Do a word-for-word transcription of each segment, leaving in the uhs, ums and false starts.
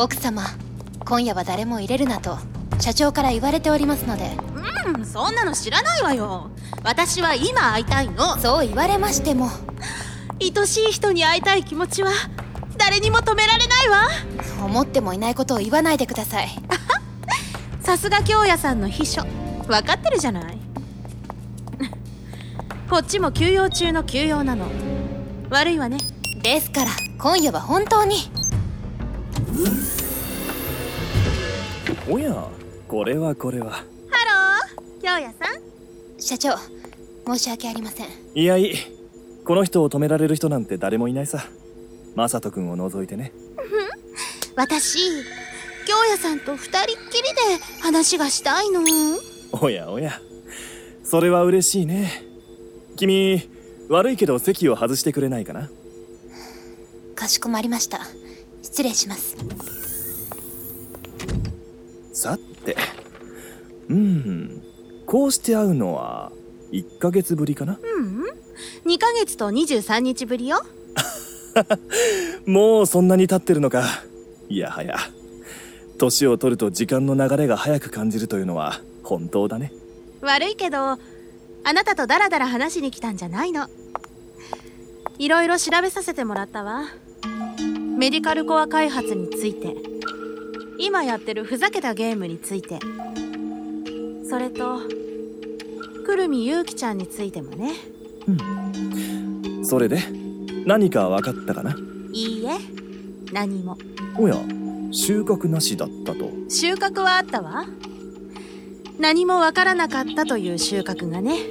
奥様、今夜は誰も入れるなと社長から言われておりますので。 うん、そんなの知らないわよ。私は今会いたいの。 そう言われましても、 愛しい人に会いたい気持ちは誰にも止められないわ。 思ってもいないことを言わないでください。 さすが京也さんの秘書、分かってるじゃない。こっちも休養中の休養なの。悪いわね。 ですから今夜は本当に。 おや、これはこれは。 ハロー、京也さん。 社長、申し訳ありません。 いやいい、この人を止められる人なんて誰もいないさ。マサト君を除いてね。 私、京也さんと二人っきりで話がしたいの。 おやおや、それは嬉しいね。君、悪いけど席を外してくれないかな。 かしこまりました。失礼します。 さて、うーん、こうして会うのはいっかげつぶりかな。 うん、にかげつとにじゅうさんにちぶりよ。 もうそんなに経ってるのか。いやはや、年を取ると時間の流れが早く感じるというのは本当だね。 悪いけど、あなたとダラダラ話しに来たんじゃないの。いろいろ調べさせてもらったわ。メディカルコア開発について、今やってるふざけたゲームについて、それとくるみゆうきちゃんについてもね。 うん、それで何か分かったかな。 いいえ、何も。 おや、収穫なしだったと。 収穫はあったわ。何もわからなかったという収穫がね。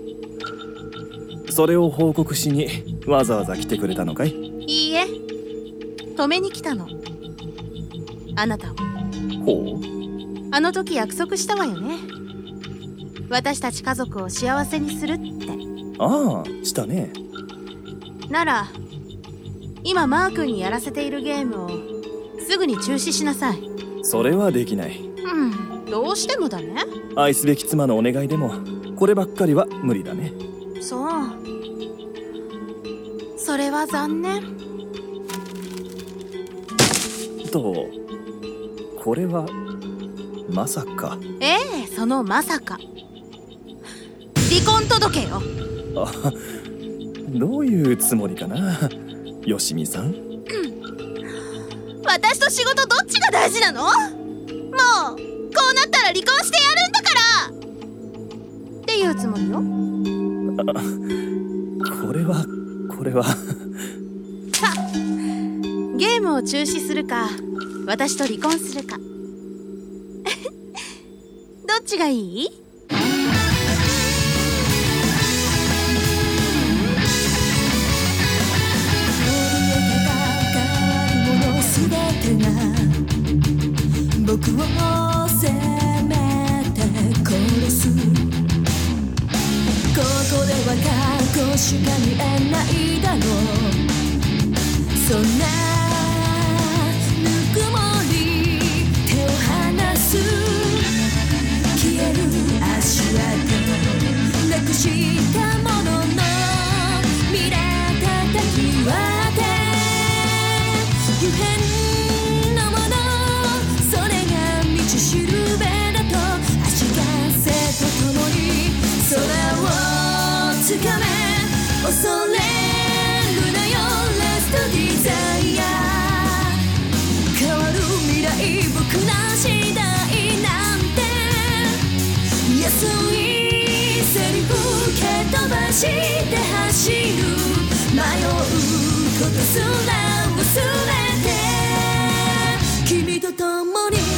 それを報告しにわざわざ来てくれたのかい。 いいえ、止めに来たの、あなたを。 ほう。 あの時約束したわよね。私たち家族を幸せにするって。 ああ、したね。 なら今マー君にやらせているゲームをすぐに中止しなさい。 それはできない。 うん、どうしてもだね。 愛すべき妻のお願いでもこればっかりは無理だね。 そう、それは残念。 と、これはまさか。 ええ、そのまさか離婚届よ。 あ、どういうつもりかな、よしみさん。 私と仕事どっちが大事なの？もうこうなったら離婚してやるんだからっていうつもりよ。 あ、これはこれはさあ、ゲームを中止するか私と離婚するかどっちがいい？ 僕を責めて殺す。ここでは過去しか見えないだろう。そんなぬくもり手を離す。消える足跡なくしたものの見れた時はて不変しるべだと足かせとともに空をつかめ。恐れるなよラストディザイア。変わる未来僕ら次第なんて安いセリフ蹴飛ばして走る。迷うことすら忘れて君と共に。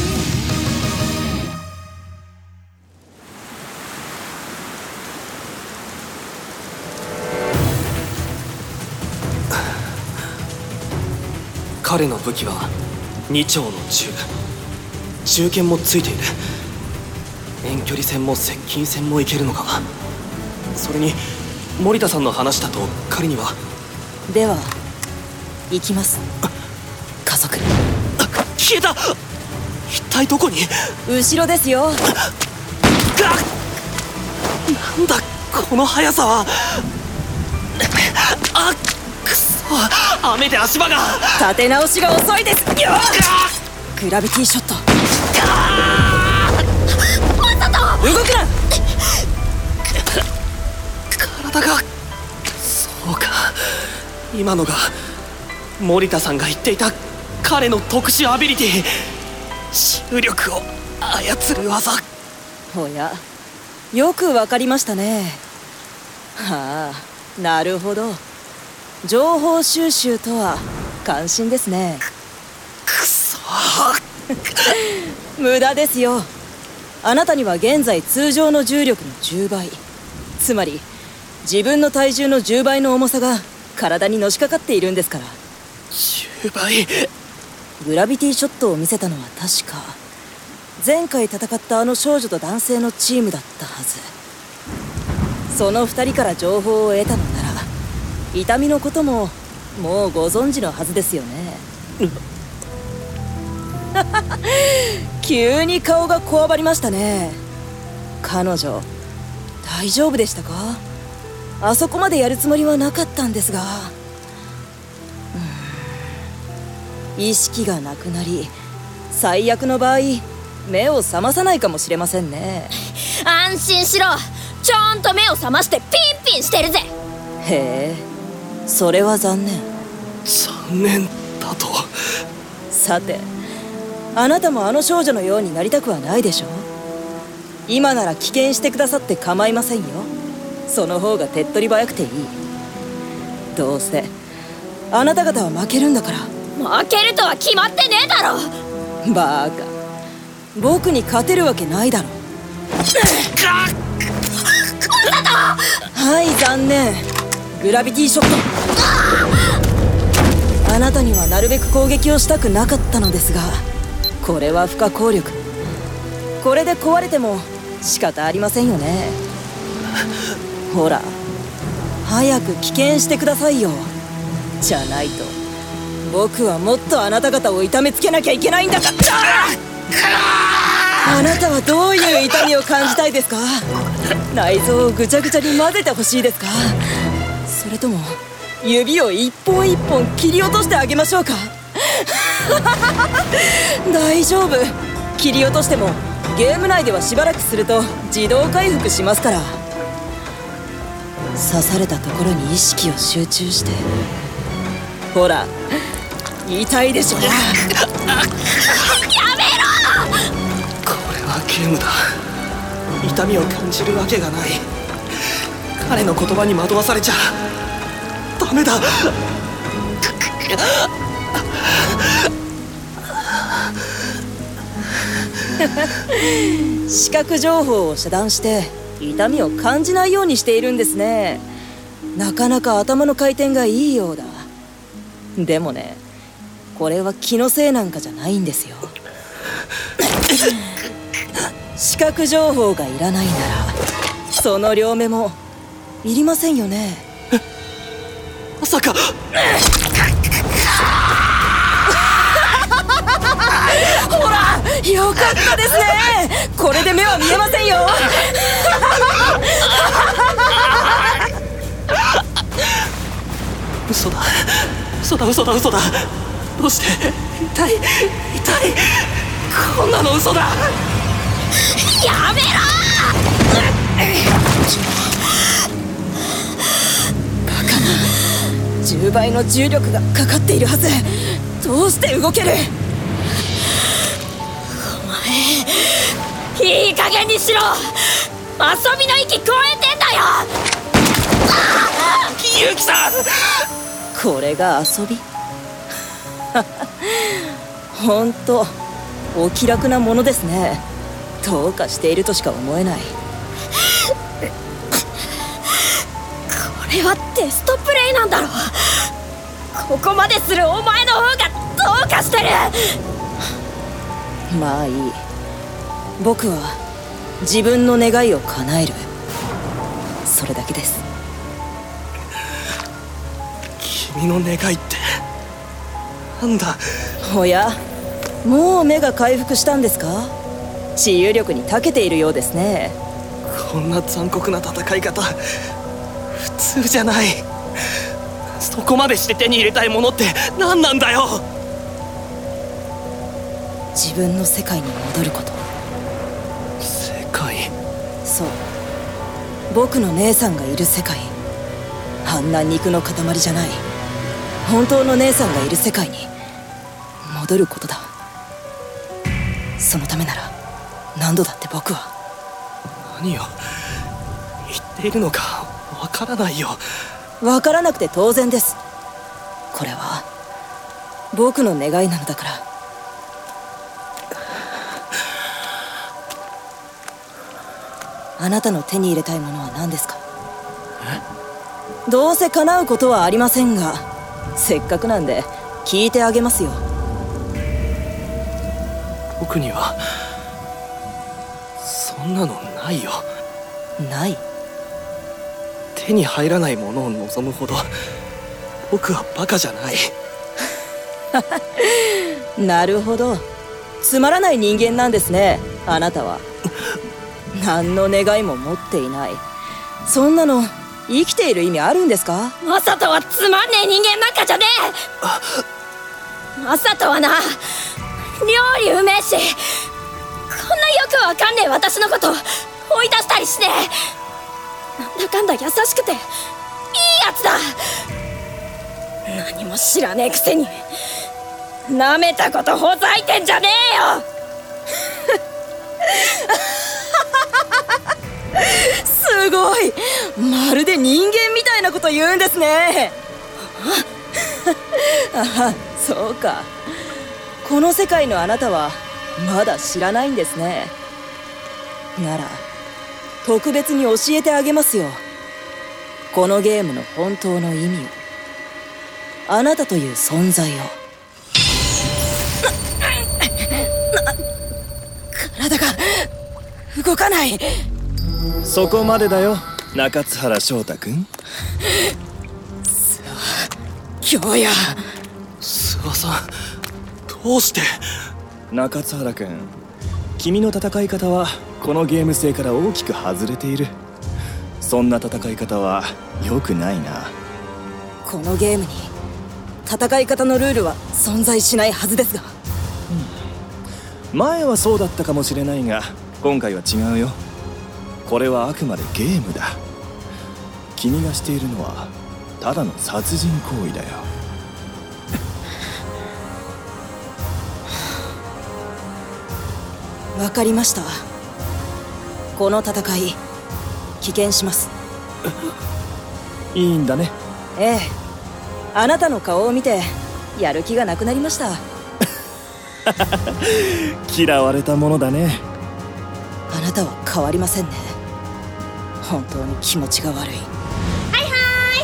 彼の武器はに丁の銃、銃剣もついている。遠距離戦も接近戦もいけるのか。それに森田さんの話だと彼には。 では行きます、家族。 消えた。一体どこに？ 後ろですよ。 なんだこの速さは。あっ、くそ、雨で足場が。 立て直しが遅いですよ。 グラビティショット。動くな。 体が、そうか、今のが森田さんが言っていた彼の特殊アビリティ、重力を操る技。 おや、よくわかりましたね。はあ、なるほど。情報収集とは関心ですね。 くそ無駄ですよ。あなたには現在通常の重力のじゅうばい、つまり自分の体重のじゅうばいの重さが体にのしかかっているんですから。 じゅうばい。 グラビティショットを見せたのは確か前回戦ったあの少女と男性のチームだったはず。そのふたりから情報を得たのなら痛みのことももうご存知のはずですよね。急に顔がこわばりましたね。彼女大丈夫でしたか？あそこまでやるつもりはなかったんですが、うん、意識がなくなり最悪の場合目を覚まさないかもしれませんね。 安心しろ、ちゃんと目を覚ましてピンピンしてるぜ。 へえ、それは残念。 残念だと。 さて、あなたもあの少女のようになりたくはないでしょ？今なら棄権してくださって構いませんよ。その方が手っ取り早くていい。どうせあなた方は負けるんだから。 負けるとは決まってねえだろ。 バーカ、僕に勝てるわけないだろ。はい、残念。グラビティショット。あなたにはなるべく攻撃をしたくなかったのですが、これは不可抗力。これで壊れても仕方ありませんよね。ほら、早く棄権してくださいよ。じゃないと僕はもっとあなた方を痛めつけなきゃいけないんだから。あなたはどういう痛みを感じたいですか？内臓をぐちゃぐちゃに混ぜてほしいですか？それとも指を一本一本切り落としてあげましょうか？大丈夫、切り落としてもゲーム内ではしばらくすると自動回復しますから。刺されたところに意識を集中して、ほら、痛いでしょ。やめろ！ これはゲームだ。痛みを感じるわけがない。彼の言葉に惑わされちゃダメだ。 視覚情報を遮断して痛みを感じないようにしているんですね。なかなか頭の回転がいいようだ。でもね、これは気のせいなんかじゃないんですよ。視覚情報がいらないならその両目もいりませんよね。 まさか。 ほら、よかったですね。これで目は見えませんよ。 嘘だ嘘だ嘘だ嘘だ。どうして？痛い痛い、こんなの嘘だ。 やめろ！ バカな、じゅうばいの重力がかかっているはず。どうして動ける？ いい加減にしろ。遊びの域超えてんだよ。 ユキさん、 これが遊び？ほんとお気楽なものですね。どうかしているとしか思えない。 これはテストプレイなんだろ。ここまでするお前の方がどうかしてる。 まあいい。僕は自分の願いを叶える、それだけです。 君の願いってなんだ？ おや、もう目が回復したんですか？治癒力に長けているようですね。 こんな残酷な戦い方普通じゃない。そこまでして手に入れたいものって何なんだよ。 自分の世界に戻ること。 世界？ そう、僕の姉さんがいる世界。あんな肉の塊じゃない本当の姉さんがいる世界に戻ることだ。そのためなら何度だって僕は。 何を言っているのかわからないよ。 わからなくて当然です。これは僕の願いなのだから。あなたの手に入れたいものは何ですか？どうせ叶うことはありませんが、せっかくなんで聞いてあげますよ。 僕にはそんなのないよ。 ない？ 手に入らないものを望むほど僕はバカじゃない。 なるほど、つまらない人間なんですね、あなたは。何の願いも持っていない。そんなの生きている意味あるんですか？ マサトはつまんねえ人間なんかじゃねえ。マサトはな、料理うめえし、こんなよくわかんねえ私のこと追い出したりしねえ。なんだかんだ優しくていいやつだ。何も知らねえくせになめたことほざいてんじゃねえよ。 すごい、まるで人間みたいなこと言うんですね。あ、そうか。この世界のあなたはまだ知らないんですね。なら特別に教えてあげますよ。このゲームの本当の意味を、あなたという存在を。体が動かない。 そこまでだよ、中津原翔太君。 さあ、今日や。 諏訪さん、どうして？ 中津原君、君の戦い方はこのゲーム性から大きく外れている。そんな戦い方は良くないな。 このゲームに戦い方のルールは存在しないはずですが、 うん、前はそうだったかもしれないが今回は違うよ。これはあくまでゲームだ。君がしているのはただの殺人行為だよ。 わかりました。この戦い棄権します。 いいんだね。 ええ、あなたの顔を見てやる気がなくなりました。 嫌われたものだね。 あなたは変わりませんね。本当に気持ちが悪い。 はいはい、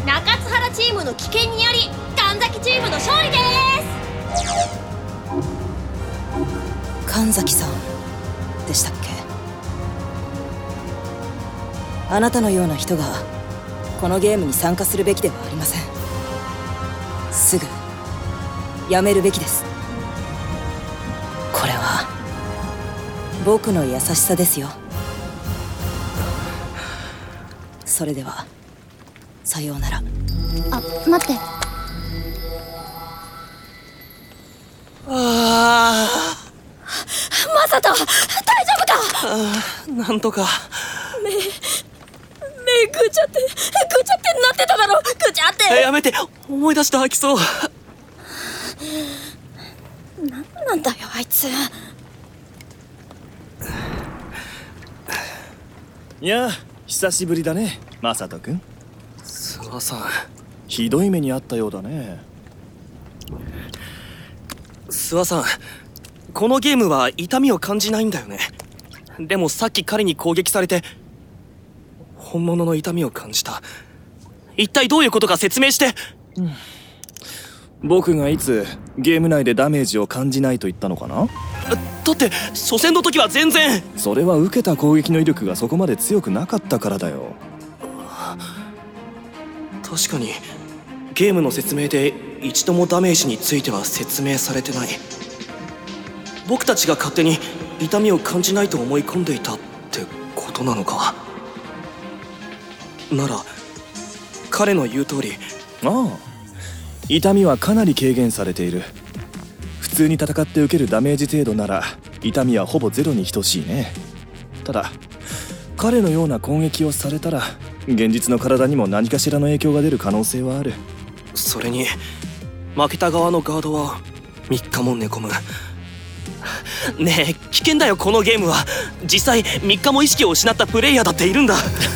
中津原チームの棄権により神崎チームの勝利です。 神崎さんでしたっけ？あなたのような人がこのゲームに参加するべきではありません。すぐやめるべきです。これは僕の優しさですよ。それではさようなら。 あ、待って。 あマサト、大丈夫か？ あ、なんとか。 目、目ぐちゃって、ぐちゃってなってただろ。ぐちゃって。 やめて、思い出した、吐きそう。 なんなんだよあいつ。 いや、久しぶりだね、マサト君。 諏訪さん、 ひどい目にあったようだね。 諏訪さん、このゲームは痛みを感じないんだよね。でもさっき彼に攻撃されて本物の痛みを感じた。一体どういうことか説明して。 うん、僕がいつゲーム内でダメージを感じないと言ったのかな？ だって初戦の時は全然。 それは受けた攻撃の威力がそこまで強くなかったからだよ。 確かにゲームの説明で一度もダメージについては説明されてない。僕たちが勝手に痛みを感じないと思い込んでいたってことなのか。なら彼の言う通り。 ああ、痛みはかなり軽減されている。普通に戦って受けるダメージ程度なら痛みはほぼゼロに等しいね。ただ彼のような攻撃をされたら現実の体にも何かしらの影響が出る可能性はある。 それに負けた側のガードはみっかも寝込む。ねえ危険だよこのゲームは。実際みっかも意識を失ったプレイヤーだっているんだ。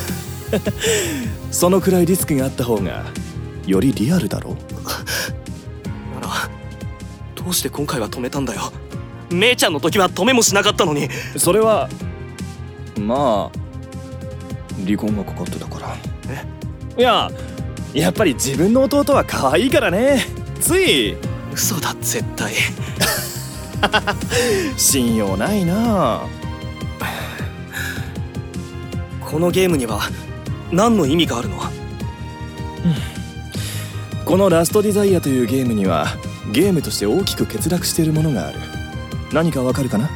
そのくらいリスクがあった方がよりリアルだろ。 ならどうして今回は止めたんだよ。メイちゃんの時は止めもしなかったのに。 それはまあ離婚がかかってたから。 えいややっぱり自分の弟は可愛いからね。つい。 嘘だ絶対。 信用ないな。 このゲームには何の意味があるの？ このラストディザイアというゲームにはゲームとして大きく欠落しているものがある。何かわかるかな？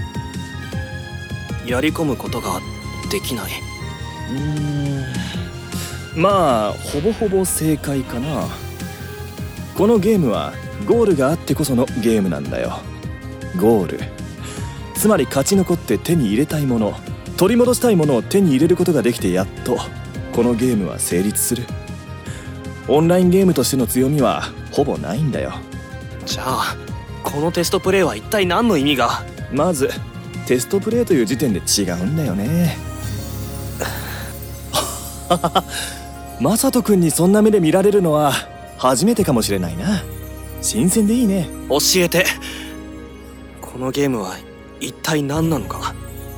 やり込むことができない。 うーんまあほぼほぼ正解かな。このゲームはゴールがあってこそのゲームなんだよ。ゴールつまり勝ち残って手に入れたいもの、取り戻したいものを手に入れることができてやっとこのゲームは成立する。オンラインゲームとしての強みはほぼないんだよ。 じゃあこのテストプレイは一体何の意味が？ まずテストプレイという時点で違うんだよね。マサト君にそんな目で見られるのは初めてかもしれないな。新鮮でいいね。 教えて。このゲームは一体何なのか。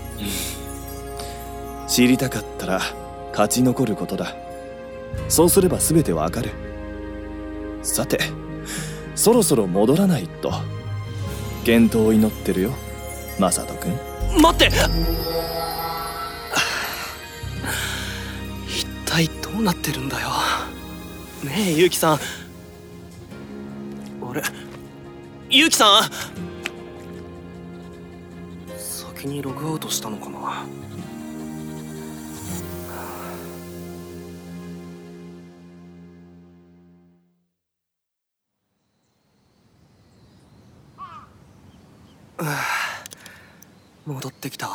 知りたかったら勝ち残ることだ。そうすれば全てわかる。さてそろそろ戻らないと。健闘を祈ってるよマサト君。 待って。一体どうなってるんだよ。ねえユウキさん。あれユウキさん、先にログアウトしたのかな。戻ってきた。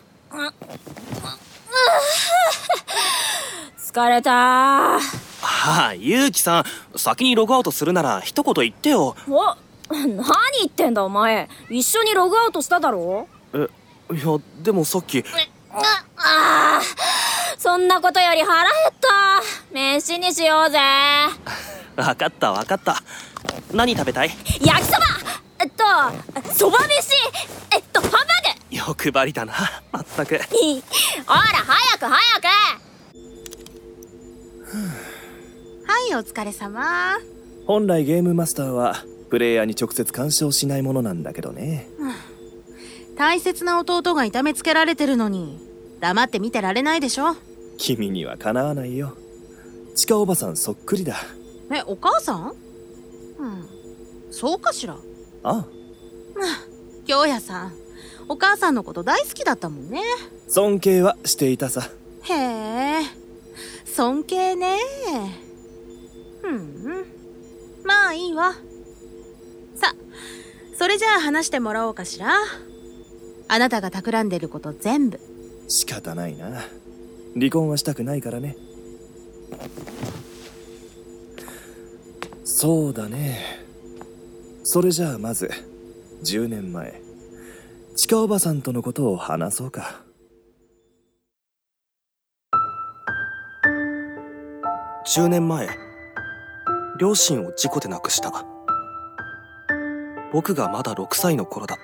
疲れたー。 ああ、ユウキさん、先にログアウトするなら一言言ってよ。 お、何言ってんだお前。一緒にログアウトしただろ。 え、いやでもさっき。 ああ、そんなことより腹減った。飯にしようぜ。 わかったわかった。何食べたい？ 焼きそば。えっとそば飯。えっとハンバーグ。 欲張りだなまったく。 ほら早く早く。 はいお疲れ様。 本来ゲームマスターはプレイヤーに直接干渉しないものなんだけどね。 大切な弟が痛めつけられてるのに黙って見てられないでしょ。 君にはかなわないよ。チカおばさんそっくりだ。 え、お母さん？うん、そうかしら。 ああ、 京也さん、お母さんのこと大好きだったもんね。 尊敬はしていたさ。 へえ、尊敬ね。うんうん、まあいいわ。さ、それじゃあ話してもらおうかしら。あなたが企んでること全部。 仕方ないな。離婚はしたくないからね。そうだね。それじゃあまずじゅうねんまえ、チカおばさんとのことを話そうか。 じゅうねんまえ、両親を事故で亡くした。僕がまだろくさいの頃だった。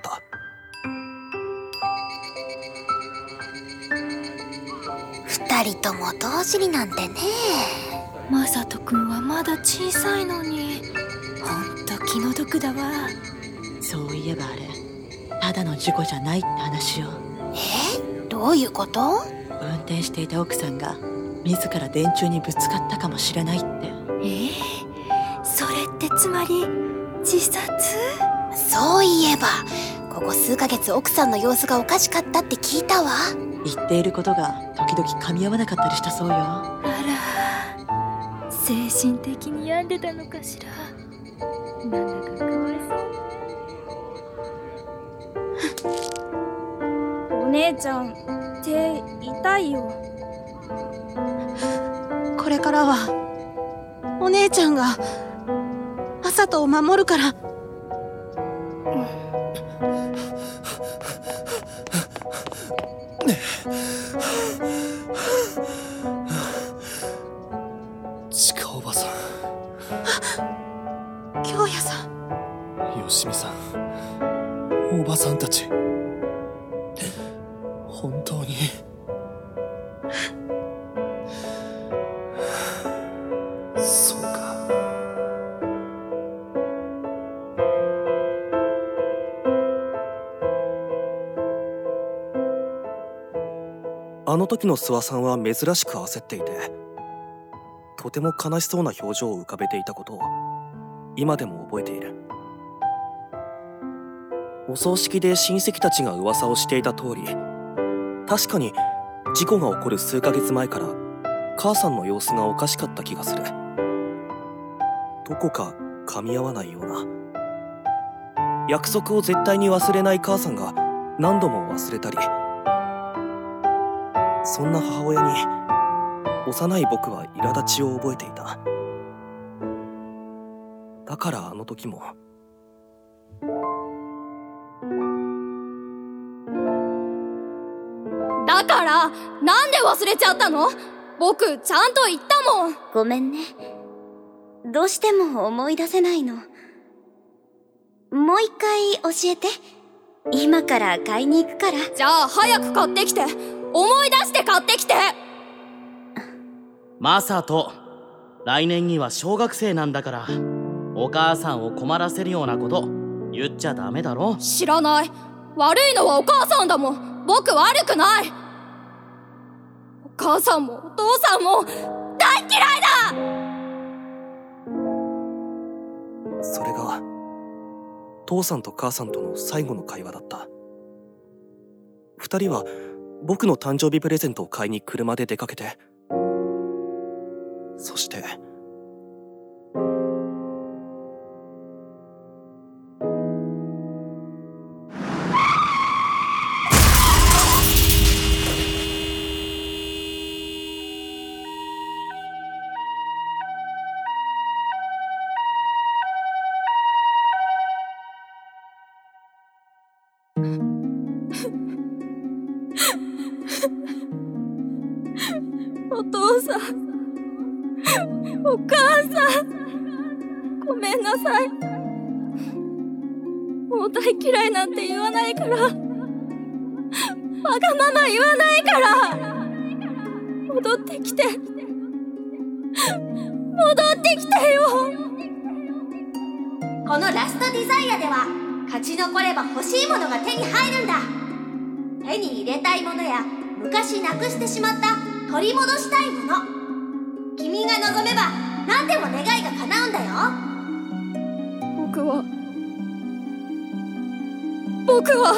二人とも同時になんてね。 マサト君はまだ小さいのに、ほんと気の毒だわ。 そういえばあれただの事故じゃないって話よ。 え？どういうこと？ 運転していた奥さんが自ら電柱にぶつかったかもしれないって。 えー、それってつまり自殺？ そういえばここ数ヶ月奥さんの様子がおかしかったって聞いたわ。 言っていることが時々噛み合わなかったりしたそうよ。 あら、精神的に病んでたのかしら。なんだかかわいそう。 姉ちゃん手痛いよ。 これからはお姉ちゃんがあさとを守るから。 ちかおばさん、 京也さん、 よしみさん、おばさんたち、本当にそうか。 あの時の諏訪さんは珍しく焦っていて、とても悲しそうな表情を浮かべていたことを今でも覚えている。お葬式で親戚たちが噂をしていた通り、確かに事故が起こる数ヶ月前から母さんの様子がおかしかった気がする。どこか噛み合わないような。約束を絶対に忘れない母さんが何度も忘れたり、そんな母親に幼い僕は苛立ちを覚えていた。だからあの時もだからなんで忘れちゃったの？僕ちゃんと言ったもん。 ごめんね。どうしても思い出せないの。もう一回教えて。今から買いに行くから。 じゃあ早く買ってきて。思い出して買ってきて。 マサト、来年には小学生なんだから、お母さんを困らせるようなこと言っちゃダメだろ。 知らない。悪いのはお母さんだもん。僕悪くない。お母さんもお父さんも大嫌いだ。 それが父さんと母さんとの最後の会話だった。二人は僕の誕生日プレゼントを買いに車で出かけて、そしてお父さん、お母さん、ごめんなさい。もう大嫌いなんて言わないから、わがまま言わないから、戻ってきて、戻ってきてよ。 このラストデザイアでは、勝ち残れば欲しいものが手に入るんだ。手に入れたいものや昔なくしてしまった取り戻したいもの、君が望めば何でも願いが叶うんだよ。 僕は僕は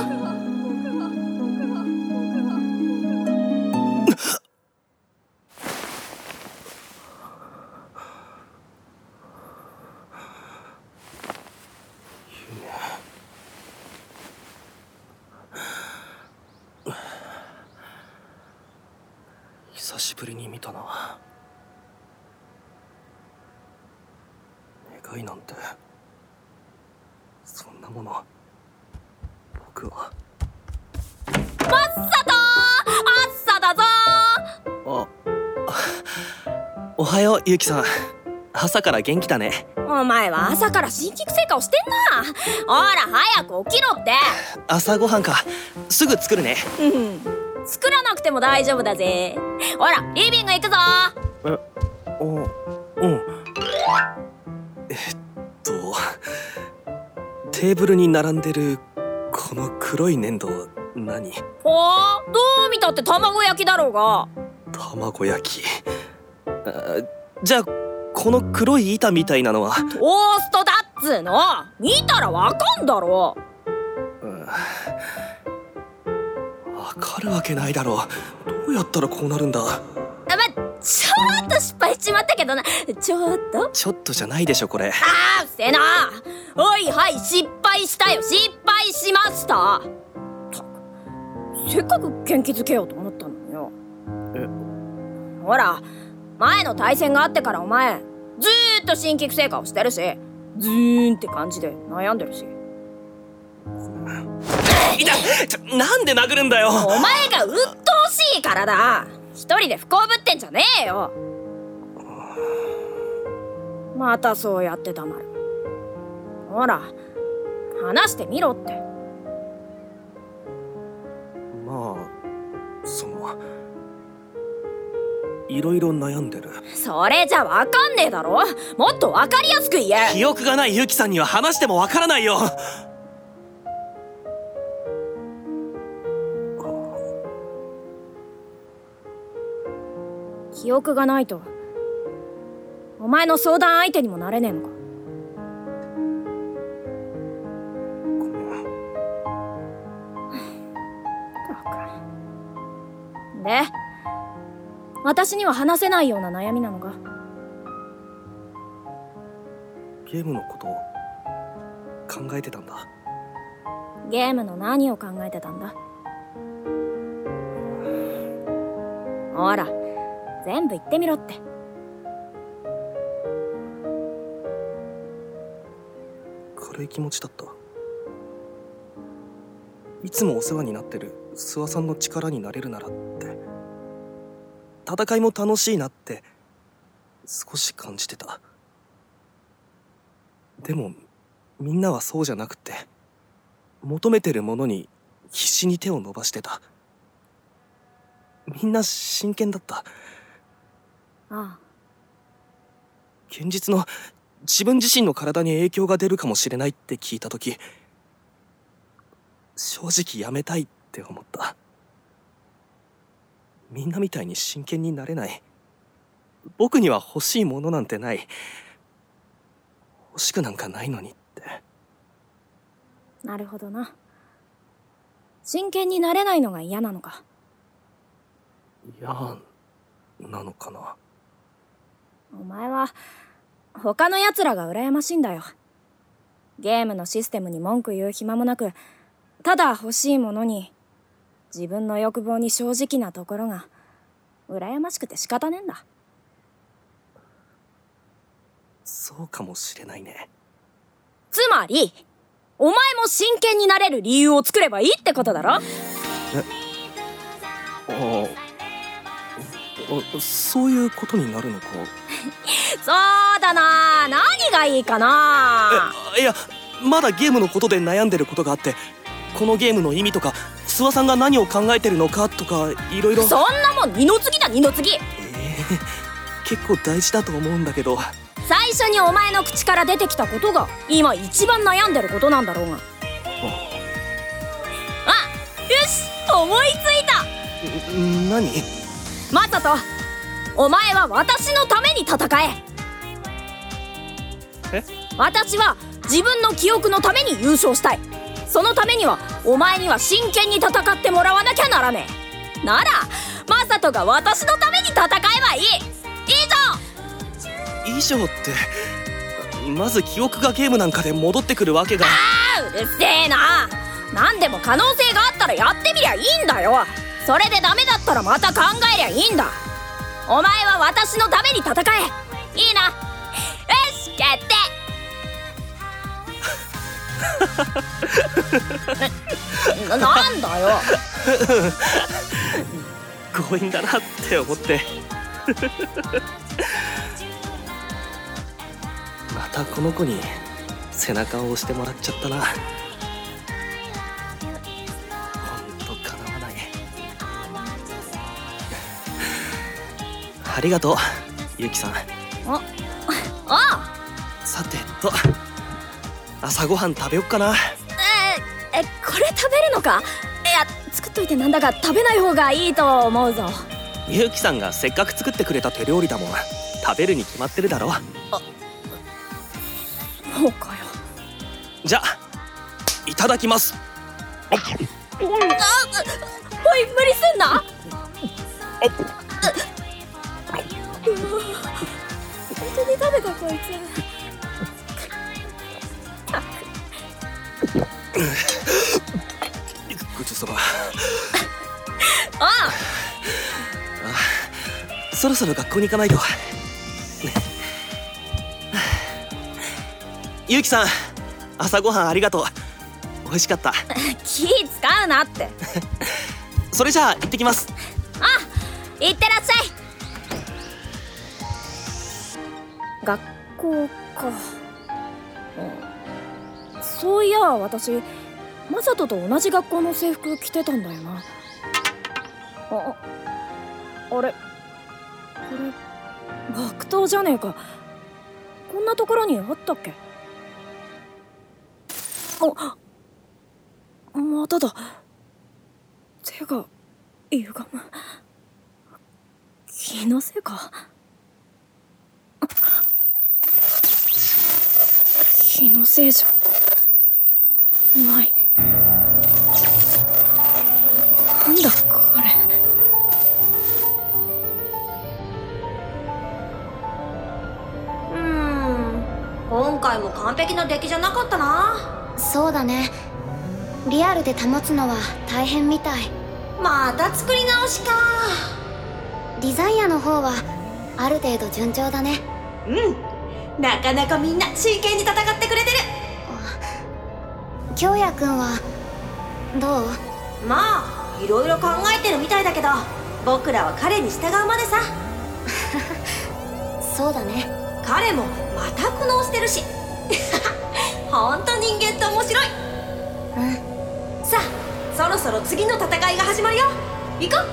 久しぶりに見たな。願いなんてそんなもの僕は。 マッサとー、朝だぞー。あ、おはようゆきさん。朝から元気だね。 お前は朝から新規成果をしてんな。ほら早く起きろって。 朝ごはんか。すぐ作るね。 うん作らなくても大丈夫だぜ。ほらリビング行くぞ。 え、お、うん。えっとテーブルに並んでるこの黒い粘土は何？ ほー、どう見たって卵焼きだろうが。 卵焼き。あ、じゃあこの黒い板みたいなのは？トーストだっつーの。見たらわかんだろ。 うん、わかるわけないだろう。どうやったらこうなるんだ？ あ、ま、ちょっと失敗しちまったけどな。ちょっとちょっとじゃないでしょこれ。 あー、うせえな。はいはい、失敗したよ。失敗しました。 せっかく元気づけようと思ったのによ。 えほら、前の対戦があってからお前ずーっと新規不正化をしてるし、ズーンって感じで悩んでるし。 いたちょなんで殴るんだよ。 お前が鬱陶しいからだ。一人で不幸ぶってんじゃねえよ。またそうやって黙る。ほら、話してみろって。 まあそのいろいろ悩んでる。 それじゃわかんねえだろ。もっとわかりやすく言え。 記憶がないユキさんには話してもわからないよ。 記憶がないとお前の相談相手にもなれねえのか。で、私には話せないような悩みなのか。 ゲームのことを考えてたんだ。 ゲームの何を考えてたんだ。ほら、全部言ってみろって。 軽い気持ちだった。いつもお世話になってる諏訪さんの力になれるならって、戦いも楽しいなって少し感じてた。でもみんなはそうじゃなくて、求めてるものに必死に手を伸ばしてた。みんな真剣だった。 ああ。 現実の自分自身の体に影響が出るかもしれないって聞いたとき、正直やめたいって思った。みんなみたいに真剣になれない。僕には欲しいものなんてない。欲しくなんかないのにって。 なるほどな。真剣になれないのが嫌なのか。 嫌なのかな。 お前は他の奴らが羨ましいんだよ。ゲームのシステムに文句言う暇もなく、ただ欲しいものに自分の欲望に正直なところが羨ましくて仕方ねえんだ。 そうかもしれないね。 つまりお前も真剣になれる理由を作ればいいってことだろ。 え、ああ、そういうことになるのか。 そうだな。何がいいかな。 え、いや、まだゲームのことで悩んでることがあって、このゲームの意味とか諏訪さんが何を考えてるのかとかいろいろ。 そんなもん二の次だ、二の次。えー、結構大事だと思うんだけど。 最初にお前の口から出てきたことが今一番悩んでることなんだろうが。あ、よし、思いついた。 何？ マサト、お前は私のために戦え。 え？ 私は自分の記憶のために優勝したい。そのためにはお前には真剣に戦ってもらわなきゃならねえ。ならマサトが私のために戦えばいい。以上。 以上って、まず記憶がゲームなんかで戻ってくるわけが。 あー、うるせえな。何でも可能性があったらやってみりゃいいんだよ。それでダメだったらまた考えりゃいいんだ。お前は私のために戦え。いいな。よし、決定。な, なんだよ。 強引だなって思ってまたこの子に背中を押してもらっちゃったな。ほんとかなわない。ありがとうゆきさん。 ああさてと、朝ごはん食べよっかな。 ええ、これ食べるのか。いや、作っといてなんだか食べない方がいいと思うぞ。 ゆうきさんがせっかく作ってくれた手料理だもん。食べるに決まってるだろ。あ、 そうかよ。 じゃあいただきます。 あ、おい、無理すんな。本当に食べたこいつ。 ごちそうさま。 そろそろ学校に行かないと。ゆうきさん、朝ごはんありがとう。美味しかった。 気使うなって。 それじゃあ行ってきます。 あ、行ってらっしゃい。学校か、うん、そういや私マサトと同じ学校の制服着てたんだよな。あ、あれこれ学頭じゃねえか。こんなところにあったっけ。あ、まただ。手が歪む。気のせいか。気のせいじゃない。なんだこれ。 うーん、今回も完璧な出来じゃなかったな。 そうだね。リアルで保つのは大変みたい。 また作り直しか。 デザイアの方はある程度順調だね。 うん、なかなかみんな真剣に戦ってくれてる。 京也くんはどう？ まあいろいろ考えてるみたいだけど、僕らは彼に従うまでさ。 そうだね。 彼もまた苦悩してるし。ほんと人間って面白い。 うん。 さあ、そろそろ次の戦いが始まるよ。行こう。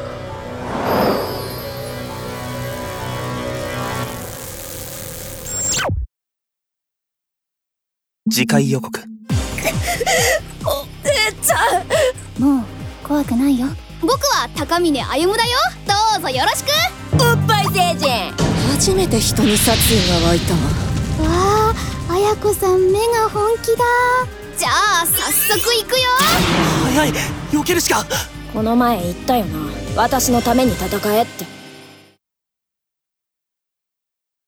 次回予告。 お姉ちゃん、 もう怖くないよ。 僕は高峰歩だよ。どうぞよろしく。 おっぱい星人。 初めて人に殺意が湧いたわ。 わあ、綾子さん目が本気だ。 じゃあ早速行くよ。 早い、避けるしか。 この前言ったよな、私のために戦えって。